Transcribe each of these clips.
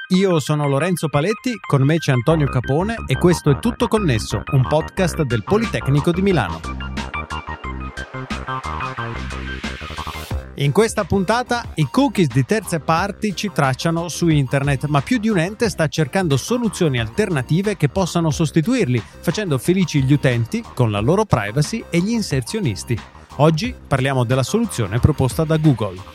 Io sono Lorenzo Paletti, con me c'è Antonio Capone e questo è Tutto Connesso, un podcast del Politecnico di Milano. In questa puntata i cookies di terze parti ci tracciano su internet, ma più di un ente sta cercando soluzioni alternative che possano sostituirli, facendo felici gli utenti con la loro privacy e gli inserzionisti. Oggi parliamo della soluzione proposta da Google.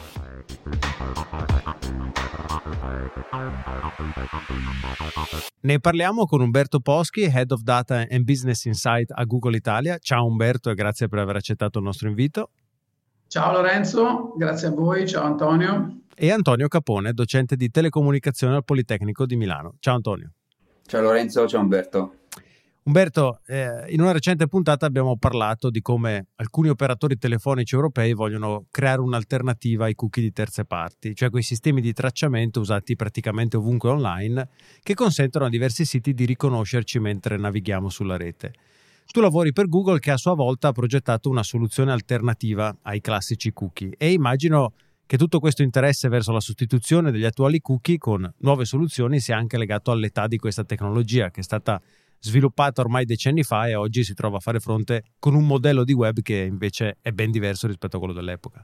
Ne parliamo con Umberto Poschi, Head of Data and Business Insight a Google Italia. Ciao Umberto e grazie per aver accettato il nostro invito. Ciao Lorenzo, grazie a voi, ciao Antonio. E Antonio Capone, docente di telecomunicazione al Politecnico di Milano. Ciao Antonio. Ciao Lorenzo, ciao Umberto. Umberto, in una recente puntata abbiamo parlato di come alcuni operatori telefonici europei vogliono creare un'alternativa ai cookie di terze parti, cioè quei sistemi di tracciamento usati praticamente ovunque online che consentono a diversi siti di riconoscerci mentre navighiamo sulla rete. Tu lavori per Google che a sua volta ha progettato una soluzione alternativa ai classici cookie e immagino che tutto questo interesse verso la sostituzione degli attuali cookie con nuove soluzioni sia anche legato all'età di questa tecnologia che è stata sviluppata ormai decenni fa e oggi si trova a fare fronte con un modello di web che invece è ben diverso rispetto a quello dell'epoca.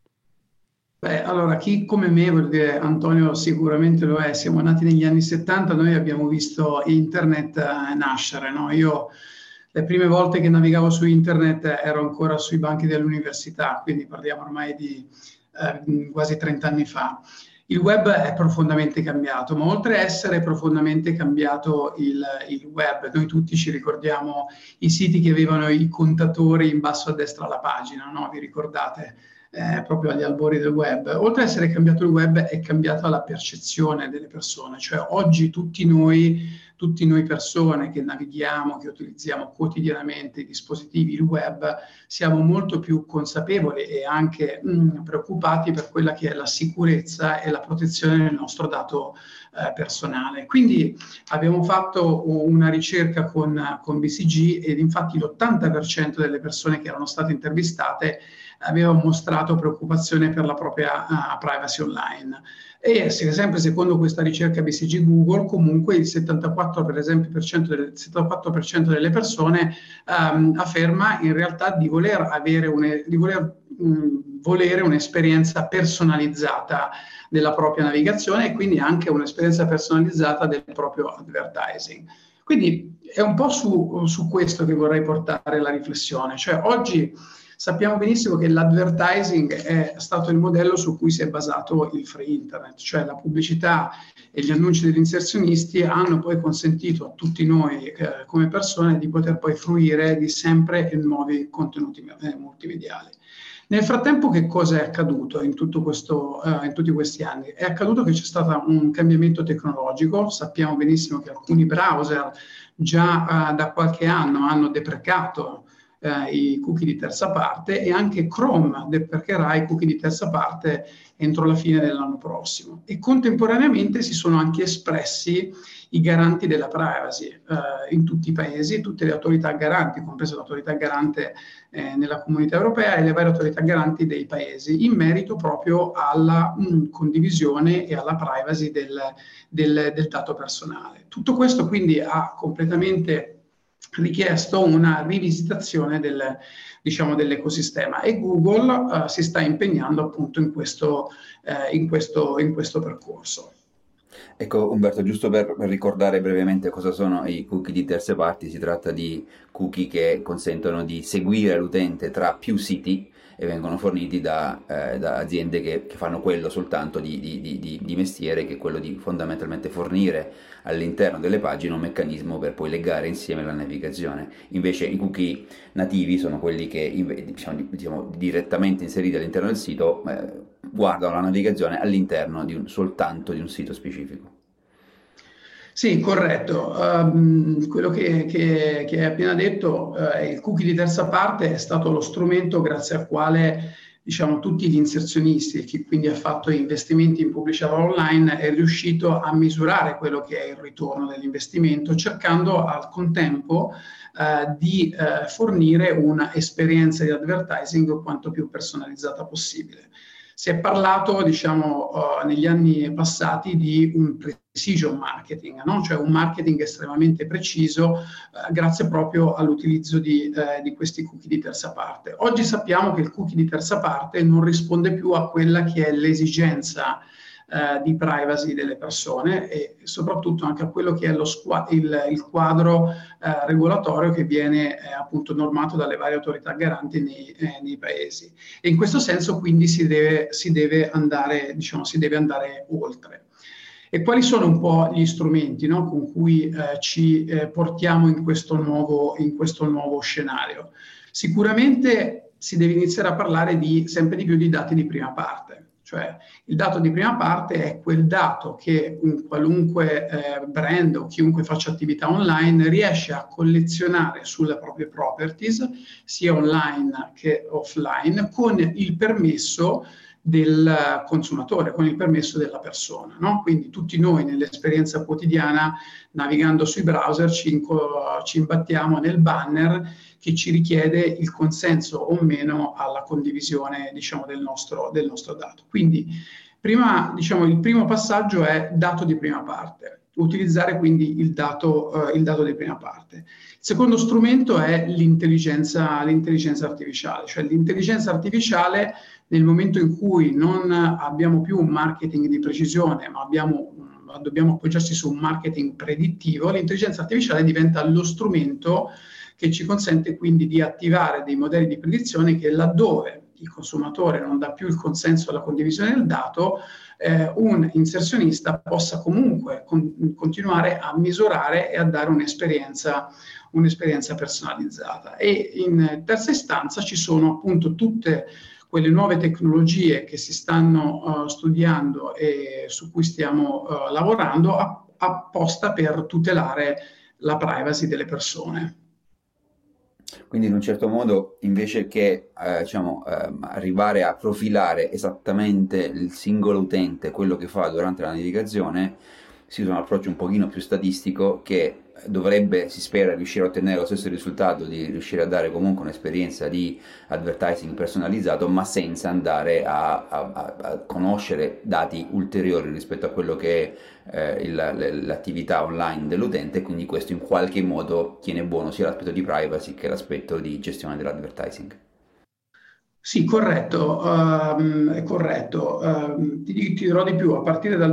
Allora, chi come me, vuol dire Antonio sicuramente lo è, siamo nati negli anni 70, noi abbiamo visto internet nascere, no? Io le prime volte che navigavo su internet ero ancora sui banchi dell'università, quindi parliamo ormai di quasi 30 anni fa. Il web è profondamente cambiato, ma oltre a essere profondamente cambiato il web, noi tutti ci ricordiamo i siti che avevano i contatori in basso a destra alla pagina, no? Vi ricordate? Proprio agli albori del web. Oltre ad essere cambiato il web, è cambiata la percezione delle persone, cioè oggi tutti noi persone che navighiamo, che utilizziamo quotidianamente i dispositivi, il web, siamo molto più consapevoli e anche preoccupati per quella che è la sicurezza e la protezione del nostro dato personale. Quindi abbiamo fatto una ricerca con BCG ed infatti l'80% delle persone che erano state intervistate aveva mostrato preoccupazione per la propria privacy online. E sempre secondo questa ricerca BCG Google, comunque il 74% delle persone afferma in realtà di voler volere un'esperienza personalizzata della propria navigazione e quindi anche un'esperienza personalizzata del proprio advertising. Quindi è un po' su questo che vorrei portare la riflessione, cioè oggi sappiamo benissimo che l'advertising è stato il modello su cui si è basato il free internet, cioè la pubblicità e gli annunci degli inserzionisti hanno poi consentito a tutti noi come persone di poter poi fruire di sempre nuovi contenuti multimediali. Nel frattempo che cosa è accaduto in tutti questi anni? È accaduto che c'è stato un cambiamento tecnologico, sappiamo benissimo che alcuni browser già da qualche anno hanno deprecato i cookie di terza parte e anche Chrome deprecherà i cookie di terza parte entro la fine dell'anno prossimo. E contemporaneamente si sono anche espressi i garanti della privacy in tutti i paesi, tutte le autorità garanti, compresa l'autorità garante nella Comunità Europea e le varie autorità garanti dei paesi, in merito proprio alla condivisione e alla privacy del dato personale. Tutto questo quindi ha completamente richiesto una rivisitazione dell'ecosistema e Google si sta impegnando appunto in questo percorso. Ecco Umberto, giusto per ricordare brevemente cosa sono i cookie di terze parti, si tratta di cookie che consentono di seguire l'utente tra più siti e vengono forniti da aziende che fanno quello soltanto di mestiere, che è quello di fondamentalmente fornire all'interno delle pagine un meccanismo per poi legare insieme la navigazione. Invece i cookie nativi sono quelli che diciamo direttamente inseriti all'interno del sito guardano la navigazione all'interno soltanto di un sito specifico. Sì, corretto. Quello che hai appena detto, il cookie di terza parte è stato lo strumento grazie al quale tutti gli inserzionisti e chi quindi ha fatto investimenti in pubblicità online è riuscito a misurare quello che è il ritorno dell'investimento, cercando al contempo di fornire una esperienza di advertising quanto più personalizzata possibile. Si è parlato, negli anni passati di un precision marketing, no? Cioè un marketing estremamente preciso grazie proprio all'utilizzo di questi cookie di terza parte. Oggi sappiamo che il cookie di terza parte non risponde più a quella che è l'esigenza di privacy delle persone e soprattutto anche a quello che è il quadro regolatorio che viene appunto normato dalle varie autorità garanti nei paesi. E in questo senso quindi si deve andare oltre. E quali sono un po' gli strumenti, no, con cui ci portiamo in questo nuovo scenario? Sicuramente si deve iniziare a parlare sempre di più di dati di prima parte. Cioè il dato di prima parte è quel dato che un qualunque brand o chiunque faccia attività online riesce a collezionare sulle proprie properties, sia online che offline, con il permesso del consumatore, con il permesso della persona, no? Quindi tutti noi nell'esperienza quotidiana, navigando sui browser, ci imbattiamo nel banner che ci richiede il consenso o meno alla condivisione, del nostro dato. Quindi il primo passaggio è dato di prima parte, utilizzare quindi il dato di prima parte. Il secondo strumento è l'intelligenza artificiale, cioè l'intelligenza artificiale nel momento in cui non abbiamo più un marketing di precisione, ma dobbiamo appoggiarsi su un marketing predittivo, l'intelligenza artificiale diventa lo strumento che ci consente quindi di attivare dei modelli di predizione che laddove il consumatore non dà più il consenso alla condivisione del dato, un inserzionista possa comunque continuare a misurare e a dare un'esperienza personalizzata. E in terza istanza ci sono appunto tutte quelle nuove tecnologie che si stanno studiando e su cui stiamo lavorando apposta per tutelare la privacy delle persone. Quindi in un certo modo, invece che arrivare a profilare esattamente il singolo utente, quello che fa durante la navigazione, si usa un approccio un pochino più statistico che dovrebbe, si spera, riuscire a ottenere lo stesso risultato di riuscire a dare comunque un'esperienza di advertising personalizzato, ma senza andare a conoscere dati ulteriori rispetto a quello che è l'attività online dell'utente, quindi questo in qualche modo tiene buono sia l'aspetto di privacy che l'aspetto di gestione dell'advertising. Sì, corretto, è corretto. Ti dirò di più, a partire dal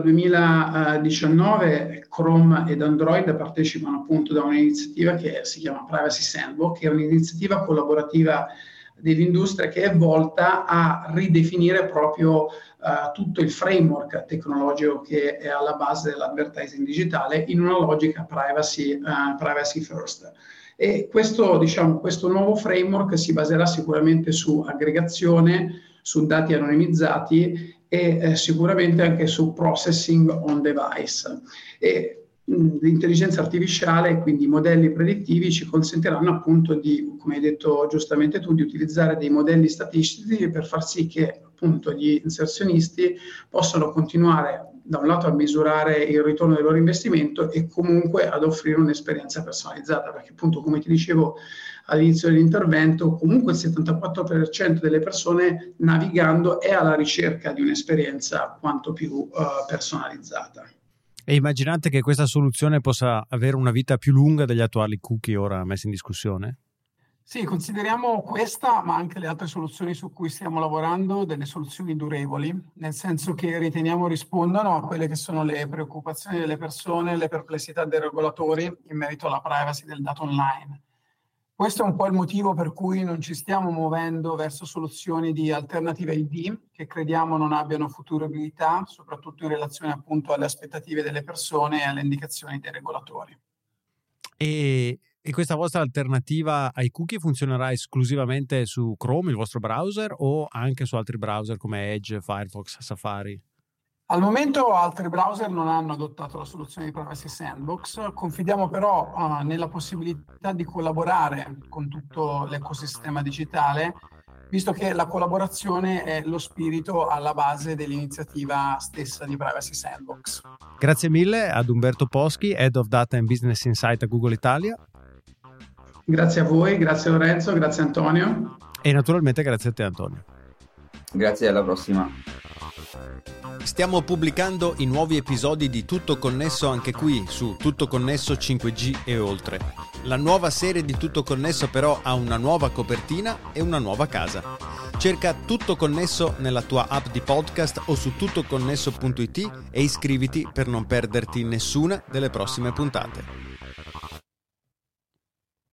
2019 Chrome ed Android partecipano appunto da un'iniziativa che si chiama Privacy Sandbox, che è un'iniziativa collaborativa dell'industria che è volta a ridefinire proprio tutto il framework tecnologico che è alla base dell'advertising digitale in una logica privacy first. E questo nuovo framework si baserà sicuramente su aggregazione, su dati anonimizzati e sicuramente anche su processing on device. E l'intelligenza artificiale, quindi i modelli predittivi, ci consentiranno appunto di, come hai detto giustamente tu, di utilizzare dei modelli statistici per far sì che appunto gli inserzionisti possano continuare da un lato a misurare il ritorno del loro investimento e comunque ad offrire un'esperienza personalizzata, perché appunto, come ti dicevo all'inizio dell'intervento, comunque il 74% delle persone navigando è alla ricerca di un'esperienza quanto più personalizzata. E immaginate che questa soluzione possa avere una vita più lunga degli attuali cookie ora messi in discussione? Sì, consideriamo questa, ma anche le altre soluzioni su cui stiamo lavorando, delle soluzioni durevoli, nel senso che riteniamo rispondano a quelle che sono le preoccupazioni delle persone, le perplessità dei regolatori in merito alla privacy del dato online. Questo è un po' il motivo per cui non ci stiamo muovendo verso soluzioni di alternative ID che crediamo non abbiano futurabilità, soprattutto in relazione appunto alle aspettative delle persone e alle indicazioni dei regolatori. E questa vostra alternativa ai cookie funzionerà esclusivamente su Chrome, il vostro browser, o anche su altri browser come Edge, Firefox, Safari? Al momento altri browser non hanno adottato la soluzione di Privacy Sandbox, confidiamo però nella possibilità di collaborare con tutto l'ecosistema digitale, visto che la collaborazione è lo spirito alla base dell'iniziativa stessa di Privacy Sandbox. Grazie mille ad Umberto Poschi, Head of Data and Business Insight a Google Italia. Grazie a voi, grazie Lorenzo, grazie Antonio. E naturalmente grazie a te Antonio. Grazie, alla prossima. Stiamo pubblicando i nuovi episodi di Tutto Connesso anche qui su Tutto Connesso 5G e oltre. La nuova serie di Tutto Connesso però ha una nuova copertina e una nuova casa. Cerca Tutto Connesso nella tua app di podcast o su tuttoconnesso.it e iscriviti per non perderti nessuna delle prossime puntate.